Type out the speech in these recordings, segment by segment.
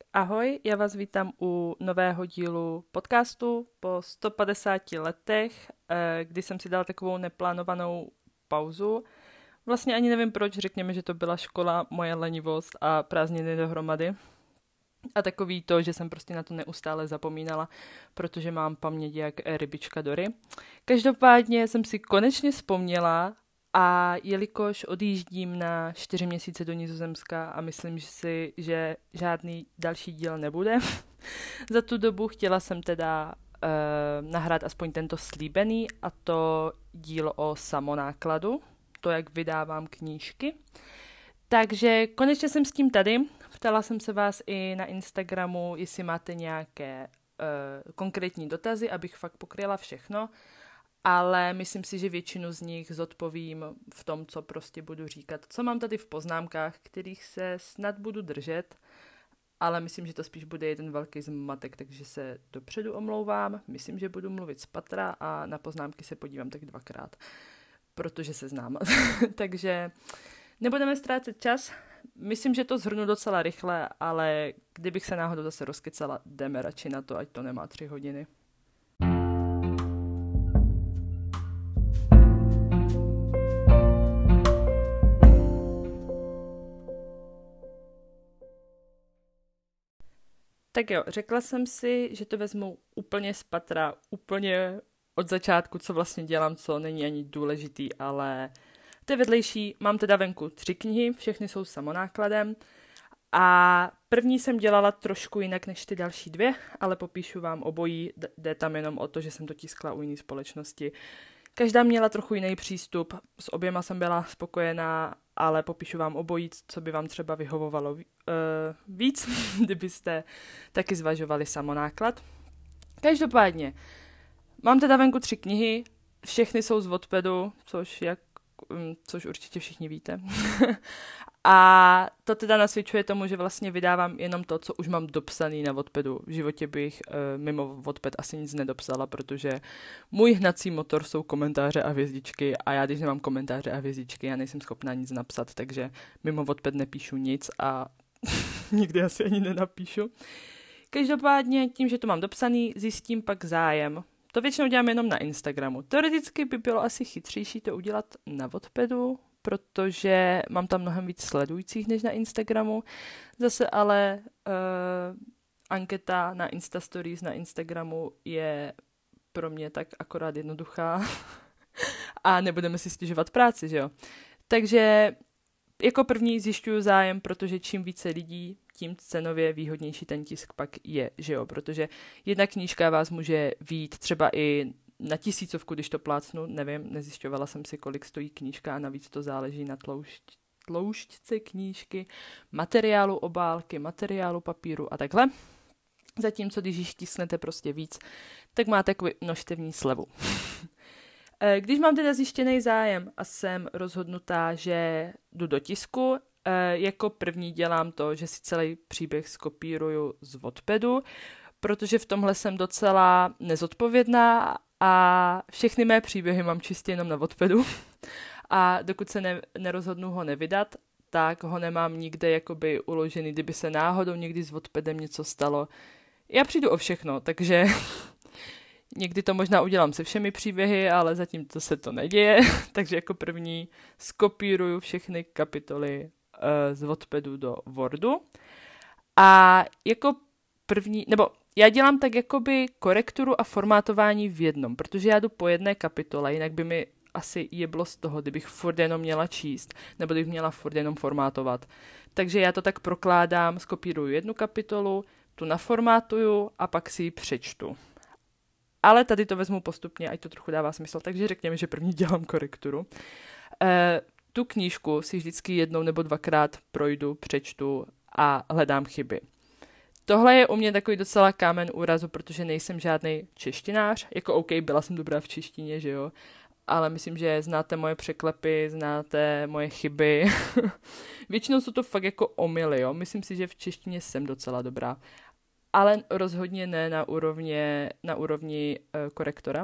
Ahoj, já vás vítám u nového dílu podcastu po 150 letech, kdy jsem si dala takovou neplánovanou pauzu. Vlastně ani nevím proč, řekněme, že to byla škola, moje lenivost a prázdniny dohromady. A takový to, že jsem prostě na to neustále zapomínala, protože mám paměť jak rybička Dory. Každopádně jsem si konečně vzpomněla a jelikož odjíždím na 4 měsíce do Nizozemska a myslím si, že žádný další díl nebude, za tu dobu chtěla jsem teda nahrát aspoň tento slíbený a to díl o samonákladu, to jak vydávám knížky. Takže konečně jsem s tím tady. Ptala jsem se vás i na Instagramu, jestli máte nějaké konkrétní dotazy, abych fakt pokryla všechno, ale myslím si, že většinu z nich zodpovím v tom, co prostě budu říkat. Co mám tady v poznámkách, kterých se snad budu držet, ale myslím, že to spíš bude jeden velký zmatek, takže se dopředu omlouvám. Myslím, že budu mluvit z patra a na poznámky se podívám tak 2krát, protože se znám. Takže nebudeme ztrácet čas. Myslím, že to zhrnu docela rychle, ale kdybych se náhodou zase rozkecala, jdeme radši na to, ať to nemá 3 hodiny. Tak jo, řekla jsem si, že to vezmu úplně z patra, úplně od začátku, co vlastně dělám, co není ani důležitý, ale to je vedlejší. Mám teda venku 3 knihy, všechny jsou samonákladem a první jsem dělala trošku jinak než ty další 2, ale popíšu vám obojí, jde tam jenom o to, že jsem to tiskla u jiné společnosti. Každá měla trochu jiný přístup, s oběma jsem byla spokojená, ale popíšu vám obojí, co by vám třeba vyhovovalo víc, kdybyste taky zvažovali samonáklad. Každopádně, mám teda venku 3 knihy, všechny jsou z Wattpadu, což určitě všichni víte. A to teda nasvědčuje tomu, že vlastně vydávám jenom to, co už mám dopsaný na Wattpadu. V životě bych mimo Wattpad asi nic nedopsala, protože můj hnací motor jsou komentáře a hvězdičky a já, když nemám komentáře a hvězdičky, já nejsem schopná nic napsat, takže mimo Wattpad nepíšu nic a nikdy asi ani nenapíšu. Každopádně tím, že to mám dopsaný, zjistím pak zájem. To většinou dělám jenom na Instagramu. Teoreticky by bylo asi chytřejší to udělat na Wattpadu, protože mám tam mnohem víc sledujících než na Instagramu. Zase ale anketa na Instastories na Instagramu je pro mě tak akorát jednoduchá a nebudeme si stěžovat práci, že jo. Takže jako první zjišťuju zájem, protože čím více lidí, tím cenově výhodnější ten tisk pak je, že jo, protože jedna knížka vás může vyjít třeba i na 1000, když to plácnu, nevím, nezjišťovala jsem si, kolik stojí knížka a navíc to záleží na tloušťce knížky, materiálu obálky, materiálu papíru a takhle. Zatímco když již tisknete prostě víc, tak máte takový množstevní slevu. Když mám teda zjištěný zájem a jsem rozhodnutá, že jdu do tisku, jako první dělám to, že si celý příběh skopíruju z Wattpadu, protože v tomhle jsem docela nezodpovědná a všechny mé příběhy mám čistě jenom na Wattpadu. A dokud se nerozhodnu ho nevydat, tak ho nemám nikde jakoby uložený, kdyby se náhodou někdy s Wattpadem něco stalo. Já přijdu o všechno, takže někdy to možná udělám se všemi příběhy, ale zatím to se to neděje, takže jako první skopíruju všechny kapitoly z Wattpadu do Wordu. A jako první, nebo já dělám tak jakoby korekturu a formátování v jednom, protože já jdu po jedné kapitole, jinak by mi asi jeblo z toho, kdybych furt jenom měla číst, nebo kdybych měla furt jenom formátovat. Takže já to tak prokládám, skopíruju jednu kapitolu, tu naformátuju a pak si ji přečtu. Ale tady to vezmu postupně, ať to trochu dává smysl, takže řekněme, že první dělám korekturu. Tu knížku si vždycky 1 nebo 2krát projdu, přečtu a hledám chyby. Tohle je u mě takový docela kámen úrazu, protože nejsem žádný češtinář. Jako OK, byla jsem dobrá v češtině, že jo? Ale myslím, že znáte moje překlepy, znáte moje chyby. Většinou jsou to fakt jako omyly, jo? Myslím si, že v češtině jsem docela dobrá. Ale rozhodně ne na úrovni korektora.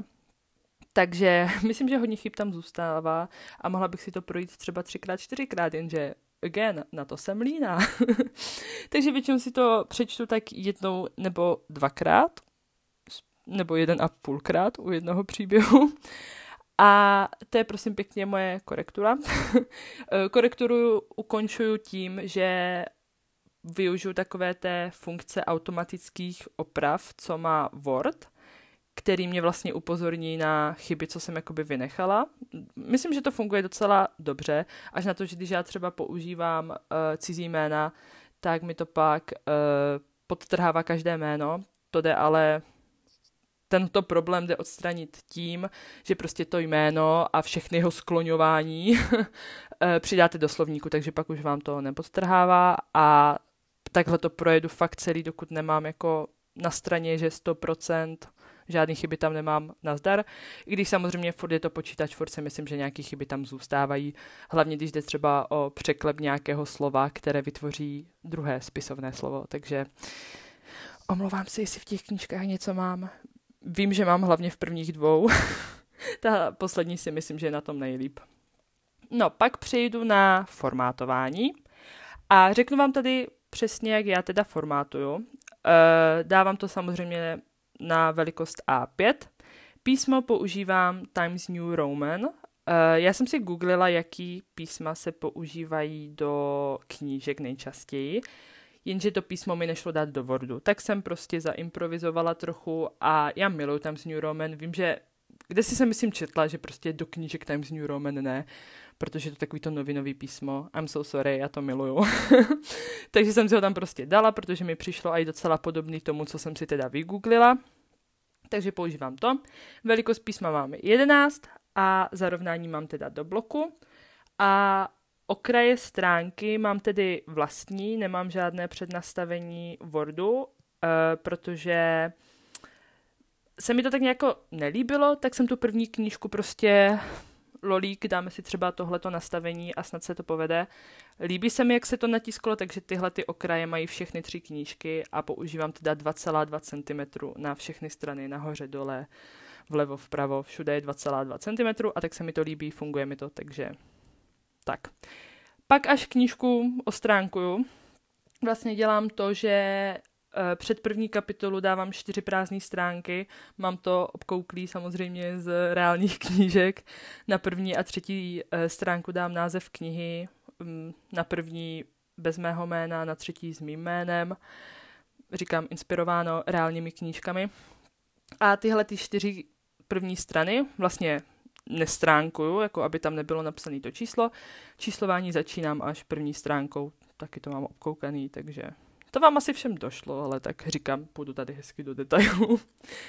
Takže myslím, že hodně chyb tam zůstává a mohla bych si to projít třeba 3x, 4x, jenže again, na to jsem líná. Takže většinou si to přečtu tak jednou nebo dvakrát, nebo 1,5krát u jednoho příběhu. A to je prosím pěkně moje korektura. Korekturu ukončuju tím, že využiju takové té funkce automatických oprav, co má Word, který mě vlastně upozorní na chyby, co jsem jakoby vynechala. Myslím, že to funguje docela dobře, až na to, že když já třeba používám cizí jména, tak mi to pak podtrhává každé jméno. To jde ale, tento problém jde odstranit tím, že prostě to jméno a všechny jeho skloňování přidáte do slovníku, takže pak už vám to nepodtrhává a takhle to projedu fakt celý, dokud nemám jako na straně, že 100%, žádný chyby tam nemám, nazdar. I když samozřejmě furt je to počítač, furt si myslím, že nějaké chyby tam zůstávají, hlavně když jde třeba o překlep nějakého slova, které vytvoří druhé spisovné slovo, takže omlouvám se, jestli v těch knížkách něco mám. Vím, že mám hlavně v prvních 2. Ta poslední si myslím, že je na tom nejlíp. No, pak přejdu na formátování a řeknu vám tady přesně, jak já teda formátuju. Dávám to samozřejmě na velikost A5. Písmo používám Times New Roman. Já jsem si googlila, jaký písma se používají do knížek nejčastěji, jenže to písmo mi nešlo dát do Wordu. Tak jsem prostě zaimprovizovala trochu a já miluji Times New Roman. Vím, že kde si jsem myslím četla, že prostě do knížek Times New Roman ne, protože to takový to novinový písmo. I'm so sorry, já to miluju. Takže jsem si ho tam prostě dala, protože mi přišlo i docela podobný tomu, co jsem si teda vygooglila. Takže používám to. Velikost písma mám 11 a zarovnání mám teda do bloku. A okraje stránky mám tedy vlastní, nemám žádné přednastavení Wordu, protože se mi to tak nějak nelíbilo, tak jsem tu první knížku prostě lolík, dáme si třeba tohleto nastavení a snad se to povede. Líbí se mi, jak se to natisklo, takže tyhle ty okraje mají všechny 3 knížky a používám teda 2,2 cm na všechny strany, nahoře, dole, vlevo, vpravo, všude je 2,2 cm a tak se mi to líbí, funguje mi to, takže tak. Pak až knížku ostránkuju, vlastně dělám to, že před první kapitolu dávám 4 prázdné stránky, mám to obkouklý samozřejmě z reálných knížek, na první a třetí stránku dám název knihy, na první bez mého jména, na třetí s mým jménem, říkám inspirováno reálnými knížkami. A tyhle ty 4 první strany vlastně nestránkuju, jako aby tam nebylo napsané to číslo. Číslování začínám až první stránkou, taky to mám obkoukaný, takže to vám asi všem došlo, ale tak říkám, půjdu tady hezky do detailů.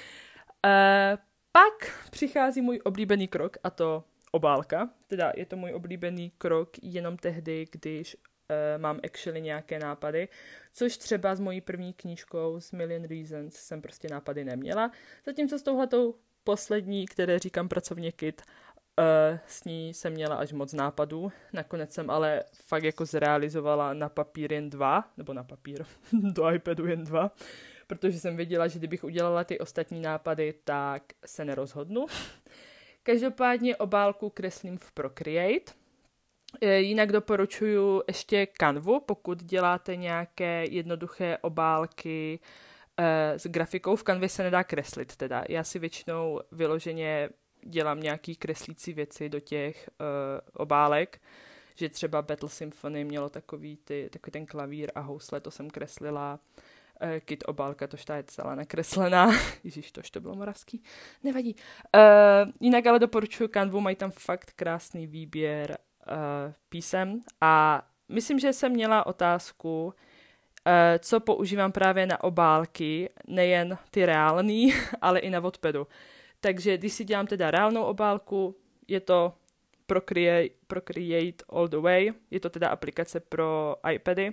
Pak přichází můj oblíbený krok a to obálka. Teda je to můj oblíbený krok jenom tehdy, když mám actually nějaké nápady, což třeba s mojí první knížkou z Million Reasons jsem prostě nápady neměla. Zatímco s touhletou poslední, které říkám pracovně Kit, s ní jsem měla až moc nápadů. Nakonec jsem ale fakt jako zrealizovala na papír jen 2, nebo na papír, do iPadu jen 2, protože jsem věděla, že kdybych udělala ty ostatní nápady, tak se nerozhodnu. Každopádně obálku kreslím v Procreate. Jinak doporučuji ještě Canvu, pokud děláte nějaké jednoduché obálky s grafikou. V Canvě se nedá kreslit teda. Já si většinou vyloženě dělám nějaký kreslící věci do těch obálek, že třeba Battle Symphony mělo takový ten klavír a housle, to jsem kreslila. Kit obálka, tož ta je celá nakreslená. Ježíš, tož to bylo moravský. Nevadí. Jinak ale doporučuji Canvu, mají tam fakt krásný výběr písem a myslím, že jsem měla otázku, co používám právě na obálky, nejen ty reální, ale i na Wattpadu. Takže když si dělám teda reálnou obálku, je to Procreate all the way, je to teda aplikace pro iPady.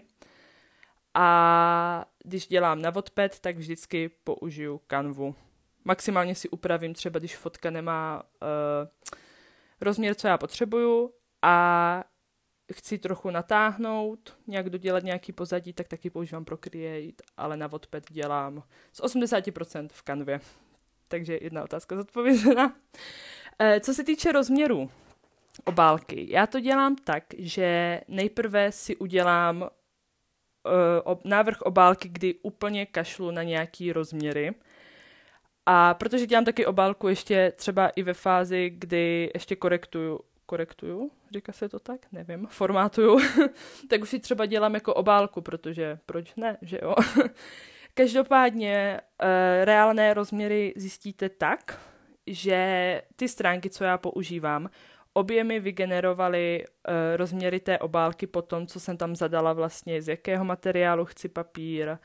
A když dělám na Wattpad, tak vždycky použiju Canvu. Maximálně si upravím třeba, když fotka nemá rozměr, co já potřebuju a chci trochu natáhnout, nějak dodělat nějaký pozadí, tak taky používám Procreate, ale na Wattpad dělám z 80% v Canvě. Takže jedna otázka zodpovězená. Co se týče rozměru, obálky. Já to dělám tak, že nejprve si udělám návrh obálky, kdy úplně kašlu na nějaký rozměry. A protože dělám taky obálku ještě třeba i ve fázi, kdy ještě korektuju, říká se to tak? Nevím, formátuju, tak už si třeba dělám jako obálku, protože proč ne, že jo? Každopádně reálné rozměry zjistíte tak, že ty stránky, co já používám, obě mi vygenerovaly rozměry té obálky po tom, co jsem tam zadala vlastně, z jakého materiálu chci papír,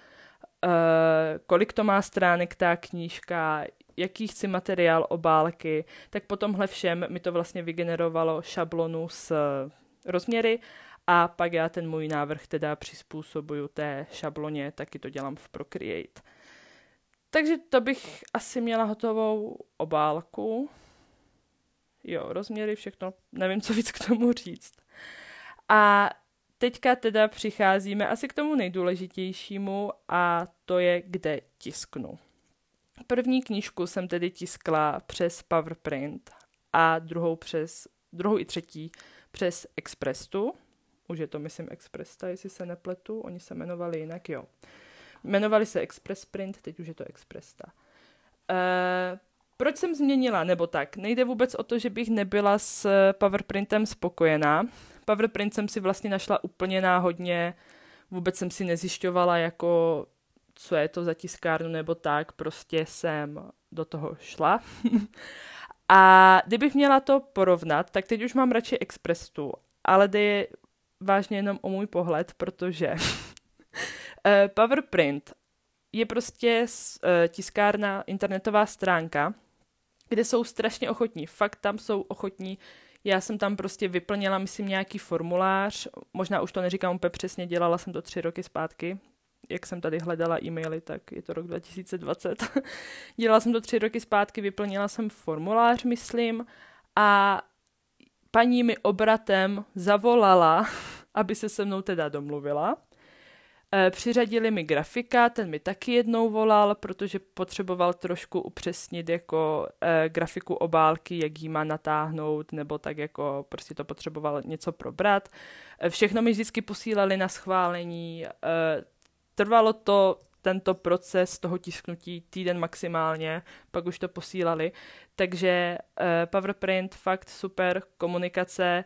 kolik to má stránek ta knížka, jaký chci materiál obálky, tak po tomhle všem mi to vlastně vygenerovalo šablonu s rozměry a pak já ten můj návrh teda přizpůsobuju té šabloně, taky to dělám v Procreate. Takže to bych asi měla hotovou obálku. Jo, rozměry, všechno, nevím, co víc k tomu říct. A teďka teda přicházíme asi k tomu nejdůležitějšímu a to je, kde tisknu. První knížku jsem tedy tiskla přes PowerPrint a druhou i třetí přes Expresstu. Už je to, myslím, Expresta, jestli se nepletu. Oni se jmenovali jinak, jo. Jmenovali se Express Print, teď už je to Expresta. Proč jsem změnila? Nebo tak, nejde vůbec o to, že bych nebyla s PowerPrintem spokojená. PowerPrint jsem si vlastně našla úplně náhodně, vůbec jsem si nezjišťovala, jako co je to za tiskárnu nebo tak, prostě jsem do toho šla. A kdybych měla to porovnat, tak teď už mám radši Expresstu, ale jde vážně jenom o můj pohled, protože PowerPrint je prostě tiskárna, internetová stránka, kde jsou strašně ochotní. Fakt tam jsou ochotní. Já jsem tam prostě vyplnila, myslím, nějaký formulář. Možná už to neříkám úplně přesně, dělala jsem to 3 roky zpátky. Jak jsem tady hledala e-maily, tak je to rok 2020. Dělala jsem to 3 roky zpátky, vyplnila jsem formulář, myslím, a paní mi obratem zavolala, aby se se mnou teda domluvila. Přiřadili mi grafika, ten mi taky jednou volal, protože potřeboval trošku upřesnit jako grafiku obálky, jak jí má natáhnout, nebo tak jako prostě to potřeboval něco probrat. Všechno mi vždycky posílali na schválení. Trvalo to tento proces toho tisknutí týden maximálně, pak už to posílali. Takže PowerPrint fakt super, komunikace,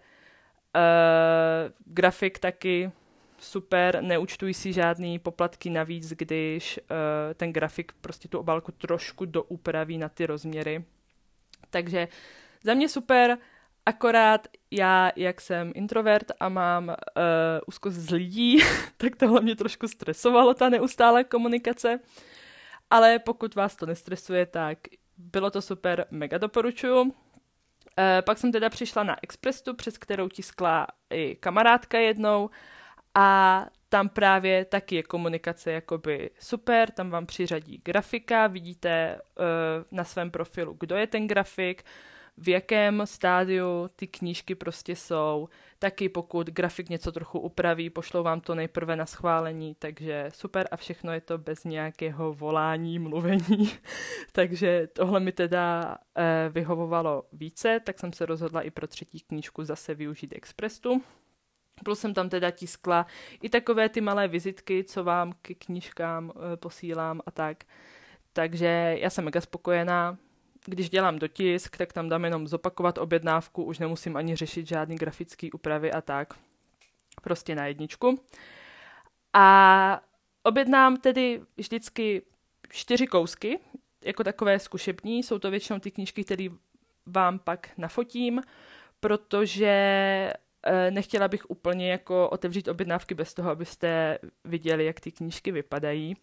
grafik taky super, neúčtuj si žádný poplatky navíc, když ten grafik prostě tu obálku trošku doupraví na ty rozměry. Takže za mě super, akorát já, jak jsem introvert a mám úzkost z lidí, tak tohle mě trošku stresovalo, ta neustálá komunikace. Ale pokud vás to nestresuje, tak bylo to super, mega doporučuju. Pak jsem teda přišla na Expresstu, přes kterou tiskla i kamarádka jednou, a tam právě taky je komunikace jakoby super, tam vám přiřadí grafika, vidíte na svém profilu, kdo je ten grafik, v jakém stádiu ty knížky prostě jsou, taky pokud grafik něco trochu upraví, pošlou vám to nejprve na schválení, takže super a všechno je to bez nějakého volání, mluvení, takže tohle mi teda vyhovovalo více, tak jsem se rozhodla i pro třetí knížku zase využít Expresstu. Plus jsem tam teda tiskla i takové ty malé vizitky, co vám k knížkám posílám a tak. Takže já jsem mega spokojená. Když dělám dotisk, tak tam dám jenom zopakovat objednávku, už nemusím ani řešit žádný grafický úpravy a tak. Prostě na jedničku. A objednám tedy vždycky 4 kousky, jako takové zkušební. Jsou to většinou ty knížky, které vám pak nafotím, protože nechtěla bych úplně jako otevřít objednávky bez toho, abyste viděli, jak ty knížky vypadají.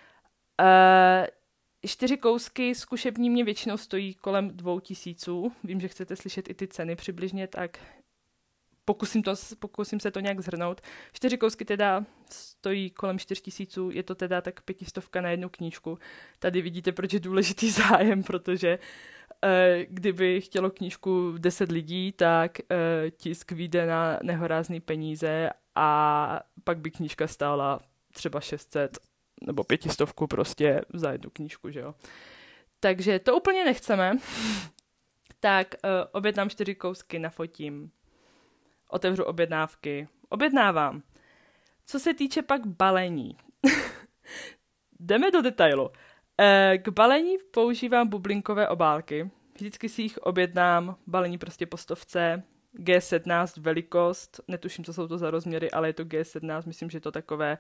4 kousky zkušební mě většinou stojí kolem 2000. Vím, že chcete slyšet i ty ceny přibližně, tak pokusím se to nějak shrnout. 4 kousky teda stojí kolem 4000, je to teda tak 500 na jednu knížku. Tady vidíte, proč je důležitý zájem, protože kdyby chtělo knížku 10 lidí, tak tisk vyjde na nehorázný peníze a pak by knížka stála třeba 600 nebo 500 prostě za jednu knížku, že jo. Takže to úplně nechceme. tak objednám 4 kousky, nafotím, otevřu objednávky, objednávám. Co se týče pak balení, jdeme do detailu. K balení používám bublinkové obálky. Vždycky si jich objednám, balení prostě po 100, G17 velikost, netuším, co jsou to za rozměry, ale je to G17, myslím, že to takové,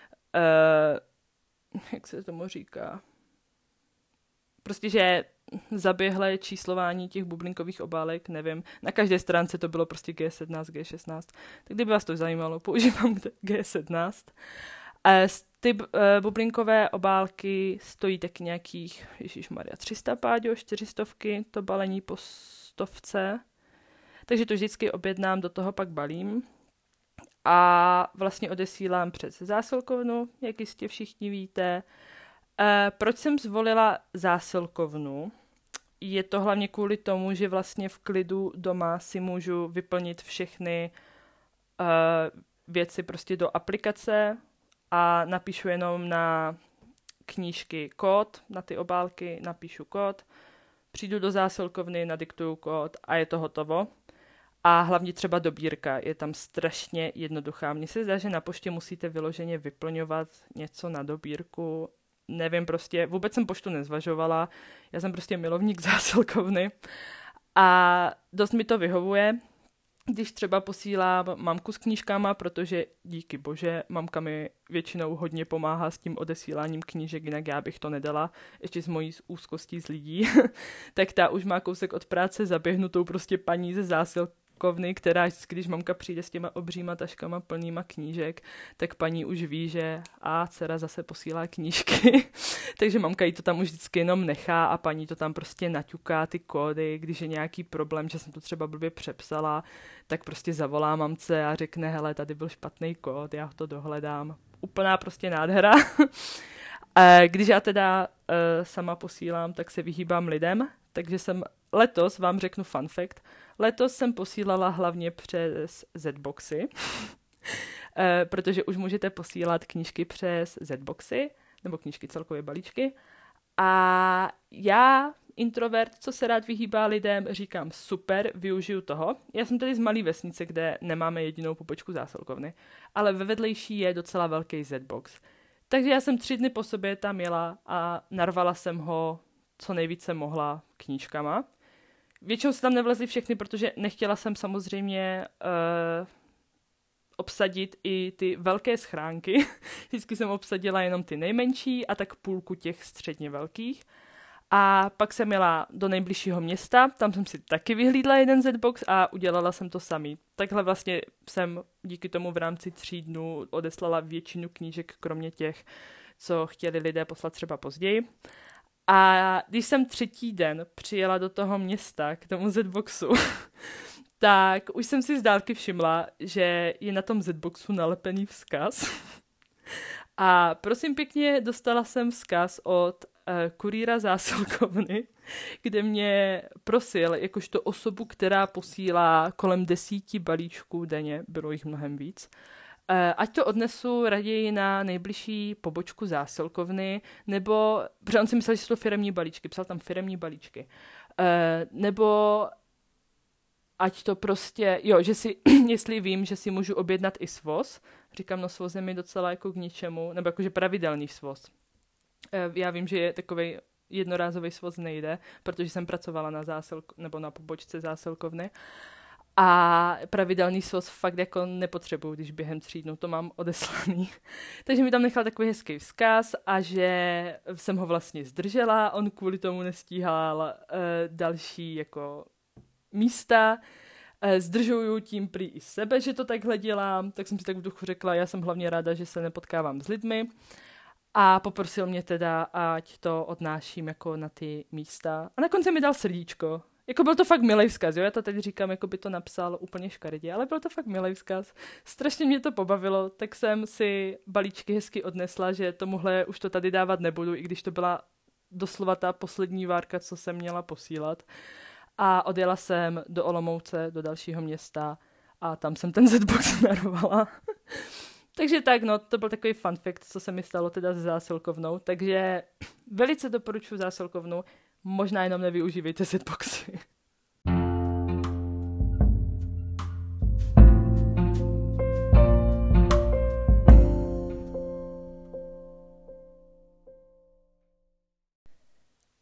jak se tomu říká, prostě, že zaběhlé číslování těch bublinkových obálek, nevím, na každé stránce to bylo prostě G17, G16, tak kdyby vás to zajímalo, používám G17. Ty bublinkové obálky stojí tak nějakých, ježišmarja, 300 páďo, 400, to balení po 100. Takže to vždycky objednám, do toho pak balím. A vlastně odesílám přes zásilkovnu, jak jistě všichni víte. Proč jsem zvolila zásilkovnu? Je to hlavně kvůli tomu, že vlastně v klidu doma si můžu vyplnit všechny věci prostě do aplikace a napíšu jenom na knížky kód, na ty obálky napíšu kód, přijdu do zásilkovny, nadiktuju kód a je to hotovo. A hlavně třeba dobírka je tam strašně jednoduchá. Mně se zdá, že na poště musíte vyloženě vyplňovat něco na dobírku. Nevím, prostě vůbec jsem poštu nezvažovala. Já jsem prostě milovník zásilkovny. A dost mi to vyhovuje, když třeba posílám mamku s knížkama, protože díky bože, mamka mi většinou hodně pomáhá s tím odesíláním knížek, jinak já bych to nedala, ještě s mojí úzkostí z lidí. Tak ta už má kousek od práce zaběhnutou prostě paní ze zásilkovny, která vždycky, když mamka přijde s těma obříma taškama plnýma knížek, tak paní už ví, že dcera zase posílá knížky. Takže mamka jí to tam už vždycky jenom nechá a paní to tam prostě naťuká ty kódy, když je nějaký problém, že jsem to třeba blbě přepsala, tak prostě zavolá mamce a řekne, hele, tady byl špatný kód, já to dohledám. Úplná prostě nádhera. Když já teda sama posílám, tak se vyhýbám lidem, takže jsem letos, vám řeknu fun fact, letos jsem posílala hlavně přes Zboxy, protože už můžete posílat knížky přes Zboxy, nebo knížky celkově balíčky. A já, introvert, co se rád vyhýbá lidem, říkám super, využiju toho. Já jsem tady z malé vesnice, kde nemáme jedinou pobočku zásilkovny, ale ve vedlejší je docela velký Zbox. Takže já jsem 3 dny po sobě tam jela a narvala jsem ho, co nejvíce mohla, knížkama. Většinou se tam nevlezly všechny, protože nechtěla jsem samozřejmě obsadit i ty velké schránky. Vždycky jsem obsadila jenom ty nejmenší a tak půlku těch středně velkých. A pak jsem jela do nejbližšího města, tam jsem si taky vyhlídla jeden Zbox a udělala jsem to samý. Takhle vlastně jsem díky tomu v rámci 3 dnů odeslala většinu knížek, kromě těch, co chtěli lidé poslat třeba později. A když jsem 3. den přijela do toho města, k tomu Zboxu, tak už jsem si z dálky všimla, že je na tom Zboxu nalepený vzkaz. A prosím pěkně, dostala jsem vzkaz od kurýra zásilkovny, kde mě prosil, jakožto osobu, která posílá kolem 10 balíčků denně, bylo jich mnohem víc, ať to odnesu raději na nejbližší pobočku zásilkovny, nebo, protože on si myslel, že jsou to firemní balíčky, psal tam firemní balíčky, nebo ať to prostě, že si, jestli vím, že si můžu objednat i svoz, říkám, no svoz je mi docela jako k ničemu, nebo jakože pravidelný svoz. Já vím, že je takovej jednorázový svoz nejde, protože jsem pracovala nebo na pobočce zásilkovny. A pravidelný svoz fakt jako nepotřebuju, když během 3 dnů to mám odeslaný. Takže mi tam nechal takový hezký vzkaz a že jsem ho vlastně zdržela, on kvůli tomu nestíhal další jako místa, zdržuju tím prý i sebe, že to takhle dělám, tak jsem si tak v duchu řekla, já jsem hlavně ráda, že se nepotkávám s lidmi a poprosil mě teda, ať to odnáším jako na ty místa a na konci mi dal srdíčko. Jako byl to fakt milej vzkaz, jo? Já to teď říkám, jako by to napsal úplně škaredě, ale byl to fakt milej vzkaz. Strašně mě to pobavilo, tak jsem si balíčky hezky odnesla, že tomuhle už to tady dávat nebudu, i když to byla doslova ta poslední várka, co jsem měla posílat. A odjela jsem do Olomouce, do dalšího města a tam jsem ten Zbox narvala. Takže tak, no, to byl takový fun fact, co se mi stalo teda s zásilkovnou. Takže velice doporučuji zásilkovnu, možná jenom nevyužívejte Zboxy.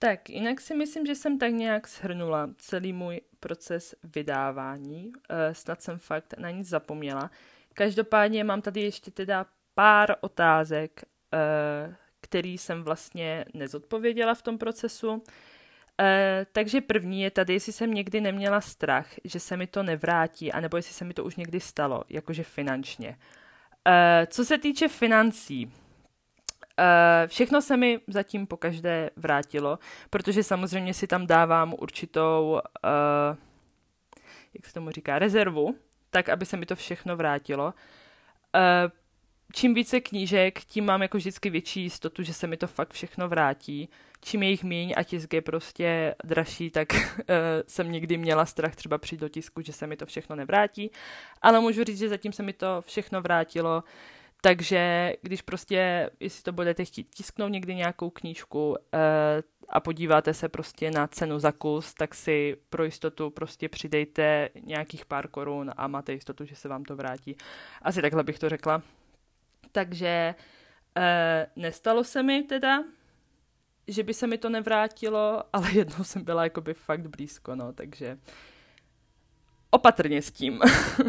Tak, jinak si myslím, že jsem tak nějak shrnula celý můj proces vydávání. Snad jsem fakt na nic zapomněla. Každopádně mám tady ještě teda pár otázek, který jsem vlastně nezodpověděla v tom procesu. Takže první je tady, jestli jsem někdy neměla strach, že se mi to nevrátí, anebo jestli se mi to už někdy stalo, jakože finančně. Co se týče financí, všechno se mi zatím pokaždé vrátilo, protože samozřejmě si tam dávám určitou, jak se tomu říká, rezervu, tak, aby se mi to všechno vrátilo. Čím více knížek, tím mám jako vždycky větší jistotu, že se mi to fakt všechno vrátí. Čím je jich míň a tisk je prostě dražší, tak jsem někdy měla strach třeba přijít do tisku, že se mi to všechno nevrátí. Ale můžu říct, že zatím se mi to všechno vrátilo. Takže když prostě, jestli to budete chtít tisknout někdy nějakou knížku a podíváte se prostě na cenu za kus, tak si pro jistotu prostě přidejte nějakých pár korun a máte jistotu, že se vám to vrátí. Asi takhle bych to řekla. Takže nestalo se mi teda, že by se mi to nevrátilo, ale jednou jsem byla jakoby fakt blízko, no, takže opatrně s tím.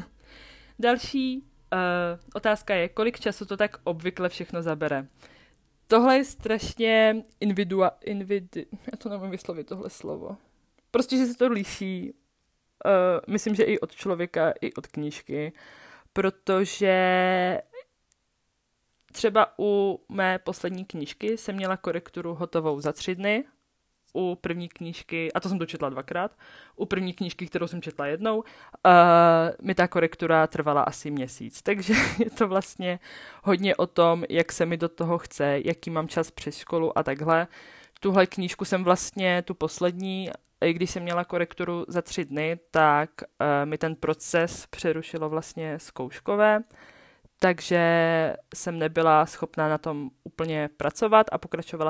Další otázka je, kolik času to tak obvykle všechno zabere. Tohle je strašně já to nevím vyslovit tohle slovo. Prostě, že se to liší, myslím, že i od člověka, i od knížky, protože třeba u mé poslední knížky jsem měla korekturu hotovou za 3 dny, u první knížky, a to jsem dočetla 2krát, u první knížky, kterou jsem četla jednou, mi ta korektura trvala asi měsíc. Takže je to vlastně hodně o tom, jak se mi do toho chce, jaký mám čas přes školu a takhle. Tuhle knížku jsem vlastně, tu poslední, i když jsem měla korekturu za 3 dny, tak mi ten proces přerušilo vlastně zkouškové, takže jsem nebyla schopná na tom úplně pracovat a pokračovala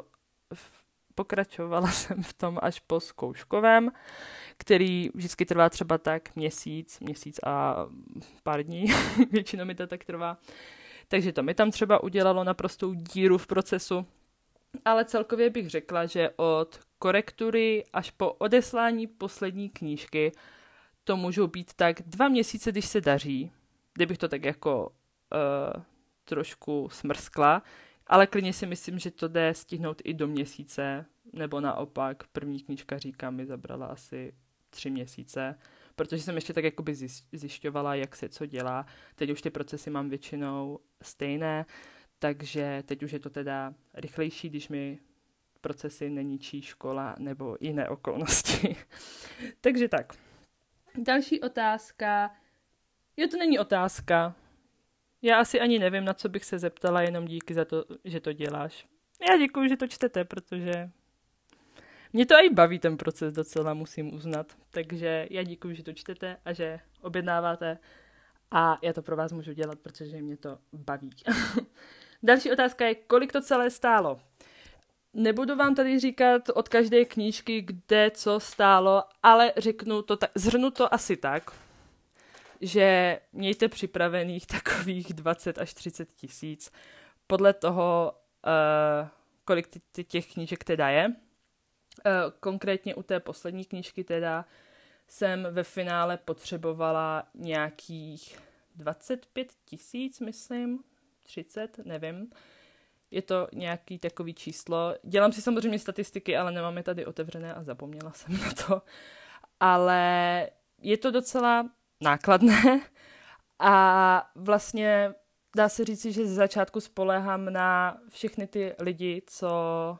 jsem v tom až po zkouškovém, který vždycky trvá třeba tak měsíc a pár dní, většinou mi to tak trvá. Takže to mi tam třeba udělalo naprostou díru v procesu, ale celkově bych řekla, že od korektury až po odeslání poslední knížky to můžou být tak 2 měsíce, když se daří, kdybych to tak jako trošku smrskla, ale klidně si myslím, že to jde stihnout i do měsíce, nebo naopak, první knížka, říkám, mi zabrala asi 3 měsíce, protože jsem ještě tak jakoby zjišťovala, jak se co dělá. Teď už ty procesy mám většinou stejné, takže teď už je to teda rychlejší, když mi procesy neníčí škola nebo jiné okolnosti. Takže tak. Další otázka. Jo, to není otázka. Já asi ani nevím, na co bych se zeptala, jenom díky za to, že to děláš. Já děkuju, že to čtete, protože mě to i baví ten proces docela, musím uznat. Takže já děkuju, že to čtete a že objednáváte a já to pro vás můžu dělat, protože mě to baví. Další otázka je, kolik to celé stálo. Nebudu vám tady říkat od každé knížky, kde co stálo, ale zhrnu to asi tak, že mějte připravených takových 20 až 30 tisíc podle toho, kolik těch knížek teda je. Konkrétně u té poslední knížky teda jsem ve finále potřebovala nějakých 25 tisíc, myslím, 30, nevím. Je to nějaký takový číslo. Dělám si samozřejmě statistiky, ale nemám je tady otevřené a zapomněla jsem na to. Ale je to docela nákladné a vlastně dá se říci, že ze začátku spoléhám na všechny ty lidi, co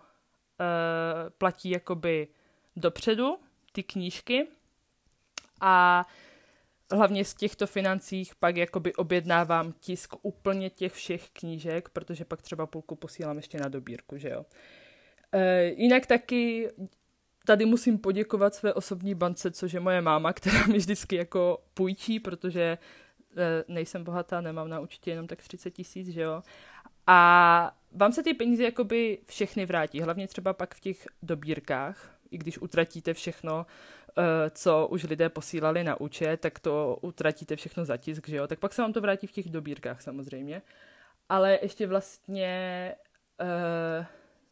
platí jakoby dopředu ty knížky a hlavně z těchto financích pak jakoby objednávám tisk úplně těch všech knížek, protože pak třeba půlku posílám ještě na dobírku, že jo. Jinak taky tady musím poděkovat své osobní bance, což je moje máma, která mi vždycky jako půjčí, protože nejsem bohatá, nemám na účtě jenom tak 30 tisíc, že jo. A vám se ty peníze jakoby všechny vrátí, hlavně třeba pak v těch dobírkách, i když utratíte všechno, co už lidé posílali na účet, tak to utratíte všechno za tisk, že jo, tak pak se vám to vrátí v těch dobírkách samozřejmě, ale ještě vlastně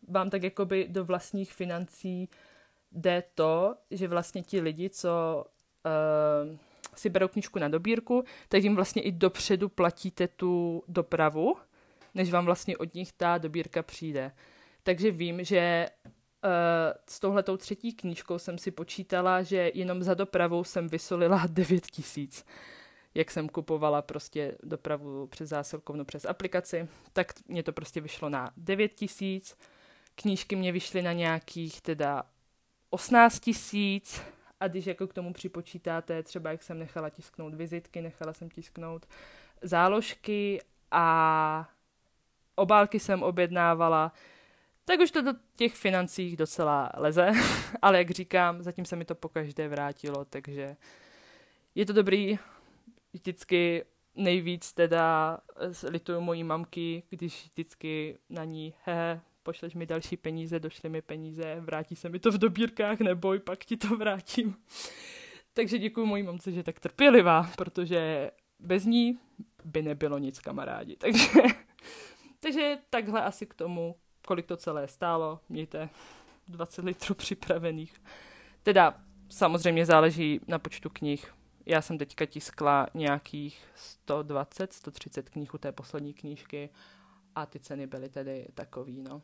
vám tak jakoby do vlastních financí jde to, že vlastně ti lidi, co si berou knížku na dobírku, tak jim vlastně i dopředu platíte tu dopravu, než vám vlastně od nich ta dobírka přijde. Takže vím, že s touhletou třetí knížkou jsem si počítala, že jenom za dopravou jsem vysolila 9 000. Jak jsem kupovala prostě dopravu přes zásilkovnu, přes aplikaci, tak mě to prostě vyšlo na 9 000. Knížky mě vyšly na nějakých teda 18 000 a když jako k tomu připočítáte, třeba jak jsem nechala tisknout vizitky, nechala jsem tisknout záložky a obálky jsem objednávala, tak už to do těch financí docela leze, ale jak říkám, zatím se mi to pokaždé vrátilo, takže je to dobrý. Vždycky nejvíc teda lituju mojí mamky, když vždycky na ní, pošleš mi další peníze, došly mi peníze, vrátí se mi to v dobírkách, neboj, pak ti to vrátím. Takže děkuji mojí mamce, že je tak trpělivá, protože bez ní by nebylo nic, kamarádi. Takže takhle asi k tomu, kolik to celé stálo. Mějte 20 litrů připravených. Teda samozřejmě záleží na počtu knih. Já jsem teďka tiskla nějakých 120, 130 knih u té poslední knížky a ty ceny byly tedy takový, no.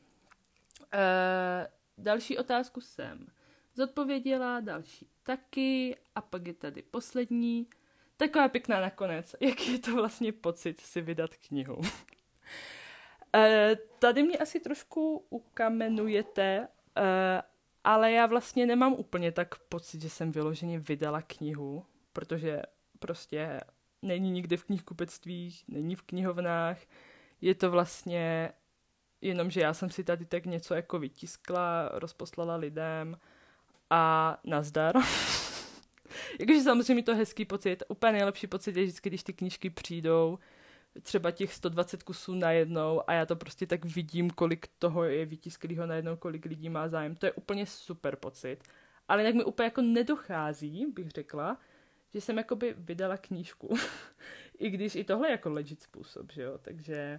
Další otázku jsem zodpověděla, další taky a pak je tady poslední. Taková pěkná nakonec. Jaký je to vlastně pocit si vydat knihu? Tady mě asi trošku ukamenujete, ale já vlastně nemám úplně tak pocit, že jsem vyloženě vydala knihu, protože prostě není nikde v knihkupectvích, není v knihovnách, je to vlastně jenom, že já jsem si tady tak něco jako vytiskla, rozposlala lidem a nazdar. Jakože samozřejmě to hezký pocit, úplně nejlepší pocit je vždycky, když ty knížky přijdou, třeba těch 120 kusů najednou a já to prostě tak vidím, kolik toho je vytisklýho najednou, kolik lidí má zájem. To je úplně super pocit. Ale jinak mi úplně jako nedochází, bych řekla, že jsem jakoby vydala knížku. I když i tohle je jako legit způsob, že jo, takže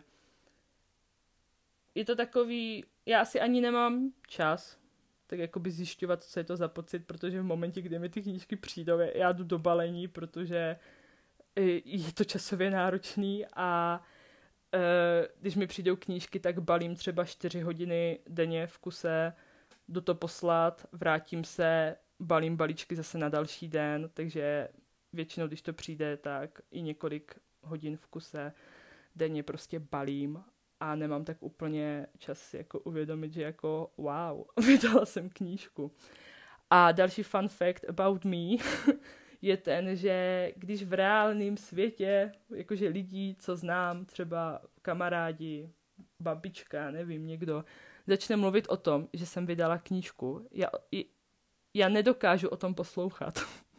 je to takový, já asi ani nemám čas tak jakoby zjišťovat, co je to za pocit, protože v momentě, kdy mi ty knížky přijdou, já jdu do balení, protože je to časově náročný a když mi přijdou knížky, tak balím třeba 4 hodiny denně v kuse, jdu to poslat, vrátím se, balím balíčky zase na další den, takže většinou, když to přijde, tak i několik hodin v kuse denně prostě balím a nemám tak úplně čas jako uvědomit, že jako wow, vydala jsem knížku. A další fun fact about me je ten, že když v reálném světě, jakože lidí, co znám, třeba kamarádi, babička, nevím, někdo, začne mluvit o tom, že jsem vydala knížku, já nedokážu o tom poslouchat.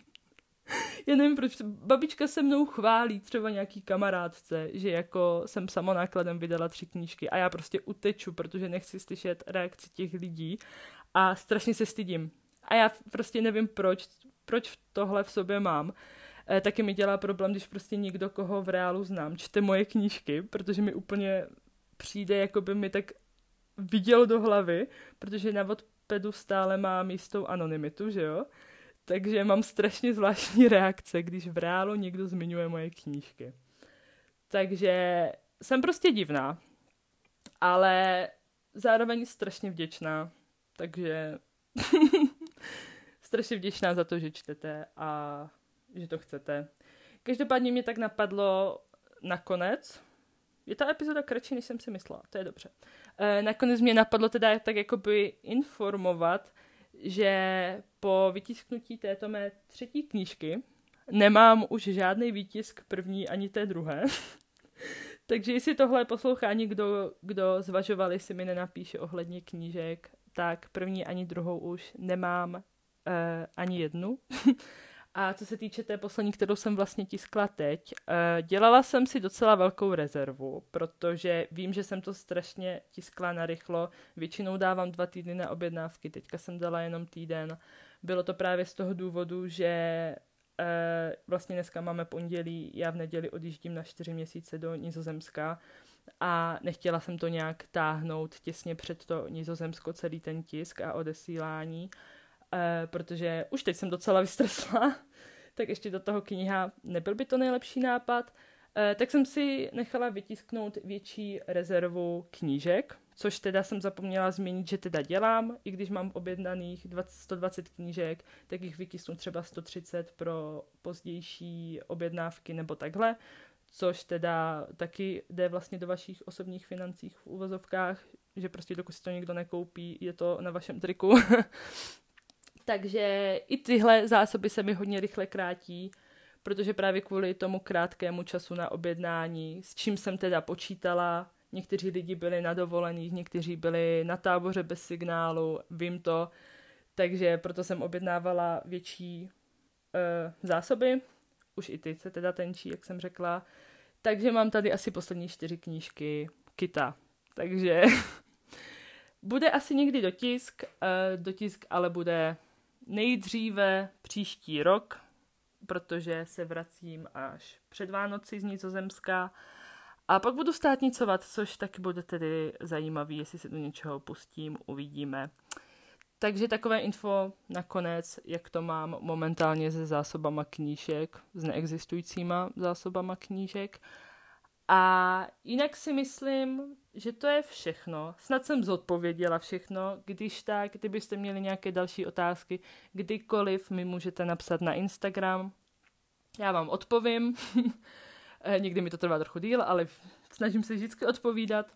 Já nevím, proč babička se mnou chválí třeba nějaký kamarádce, že jako jsem samonákladem vydala 3 knížky a já prostě uteču, protože nechci slyšet reakci těch lidí a strašně se stydím. A já prostě nevím, proč tohle v sobě mám. Taky mi dělá problém, když prostě někdo, koho v reálu znám, čte moje knížky, protože mi úplně přijde, jako by mi tak viděl do hlavy, protože na Wattpadu stále mám jistou anonymitu, že jo? Takže mám strašně zvláštní reakce, když v reálu někdo zmiňuje moje knížky. Takže jsem prostě divná, ale zároveň strašně vděčná. Takže strašně vděčná za to, že čtete a že to chcete. Každopádně mě tak napadlo nakonec. Je ta epizoda kratší, než jsem si myslela, to je dobře. Nakonec mě napadlo teda tak jakoby informovat, že po vytisknutí této mé 3. knížky nemám už žádný výtisk první ani té druhé. Takže jestli tohle poslouchá někdo, kdo zvažoval, jestli mi nenapíše ohledně knížek, tak první ani druhou už nemám ani jednu. A co se týče té poslední, kterou jsem vlastně tiskla teď, dělala jsem si docela velkou rezervu, protože vím, že jsem to strašně tiskla narychlo. Většinou dávám 2 týdny na objednávky, teďka jsem dala jenom týden. Bylo to právě z toho důvodu, že vlastně dneska máme pondělí, já v neděli odjíždím na 4 měsíce do Nizozemska a nechtěla jsem to nějak táhnout těsně před to Nizozemsko, celý ten tisk a odesílání, protože už teď jsem docela vystresla, tak ještě do toho kniha nebyl by to nejlepší nápad. Tak jsem si nechala vytisknout větší rezervu knížek, což teda jsem zapomněla změnit, že teda dělám, i když mám objednaných 120 knížek, tak jich vytisknu třeba 130 pro pozdější objednávky nebo takhle, což teda taky jde vlastně do vašich osobních financích v uvozovkách, že prostě dokud si to někdo nekoupí, je to na vašem triku. Takže i tyhle zásoby se mi hodně rychle krátí, protože právě kvůli tomu krátkému času na objednání, s čím jsem teda počítala, někteří lidi byli na dovolených, někteří byli na táboře bez signálu, vím to, takže proto jsem objednávala větší zásoby, už i ty se teda tenčí, jak jsem řekla, takže mám tady asi poslední 4 knížky Kita, takže bude asi někdy dotisk ale bude nejdříve příští rok, protože se vracím až před Vánoci z Nizozemska a pak budu státnicovat, což taky bude tedy zajímavý, jestli se do něčeho pustím, uvidíme. Takže takové info nakonec, jak to mám momentálně se zásobama knížek, s neexistujícíma zásobama knížek. A jinak si myslím, že to je všechno. Snad jsem zodpověděla všechno. Když tak, kdybyste měli nějaké další otázky, kdykoliv mi můžete napsat na Instagram. Já vám odpovím. Někdy mi to trvá trochu díl, ale snažím se vždycky odpovídat.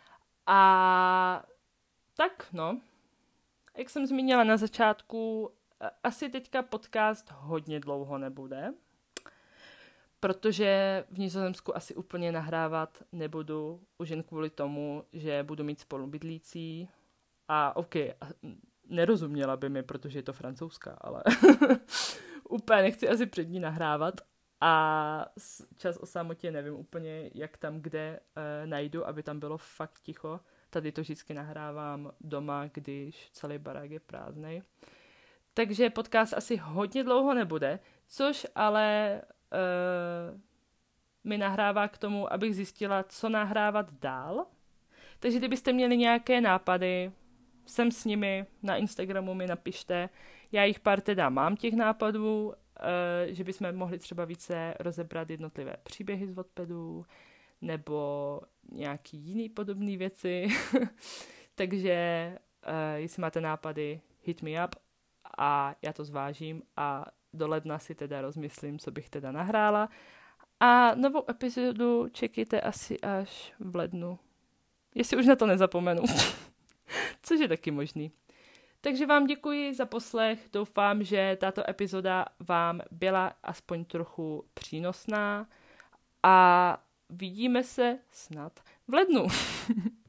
A tak, no. Jak jsem zmínila na začátku, asi teďka podcast hodně dlouho nebude, protože v Nizozemsku asi úplně nahrávat nebudu, už jen kvůli tomu, že budu mít spolubydlící a nerozuměla by mi, protože je to francouzská, ale úplně nechci asi před ní nahrávat a čas o samotě nevím úplně, jak tam kde najdu, aby tam bylo fakt ticho. Tady to vždycky nahrávám doma, když celý barák je prázdnej. Takže podcast asi hodně dlouho nebude, což ale mi nahrává k tomu, abych zjistila, co nahrávat dál. Takže kdybyste měli nějaké nápady, jsem s nimi, na Instagramu mi napište. Já jich pár teda mám těch nápadů, že bychom mohli třeba více rozebrat jednotlivé příběhy z Wattpadu, nebo nějaký jiný podobný věci. Takže jestli máte nápady, hit me up a já to zvážím a do ledna si teda rozmyslím, co bych teda nahrála. A novou epizodu čekejte asi až v lednu. Jestli už na to nezapomenu. Což je taky možný. Takže vám děkuji za poslech. Doufám, že tato epizoda vám byla aspoň trochu přínosná. A vidíme se snad v lednu.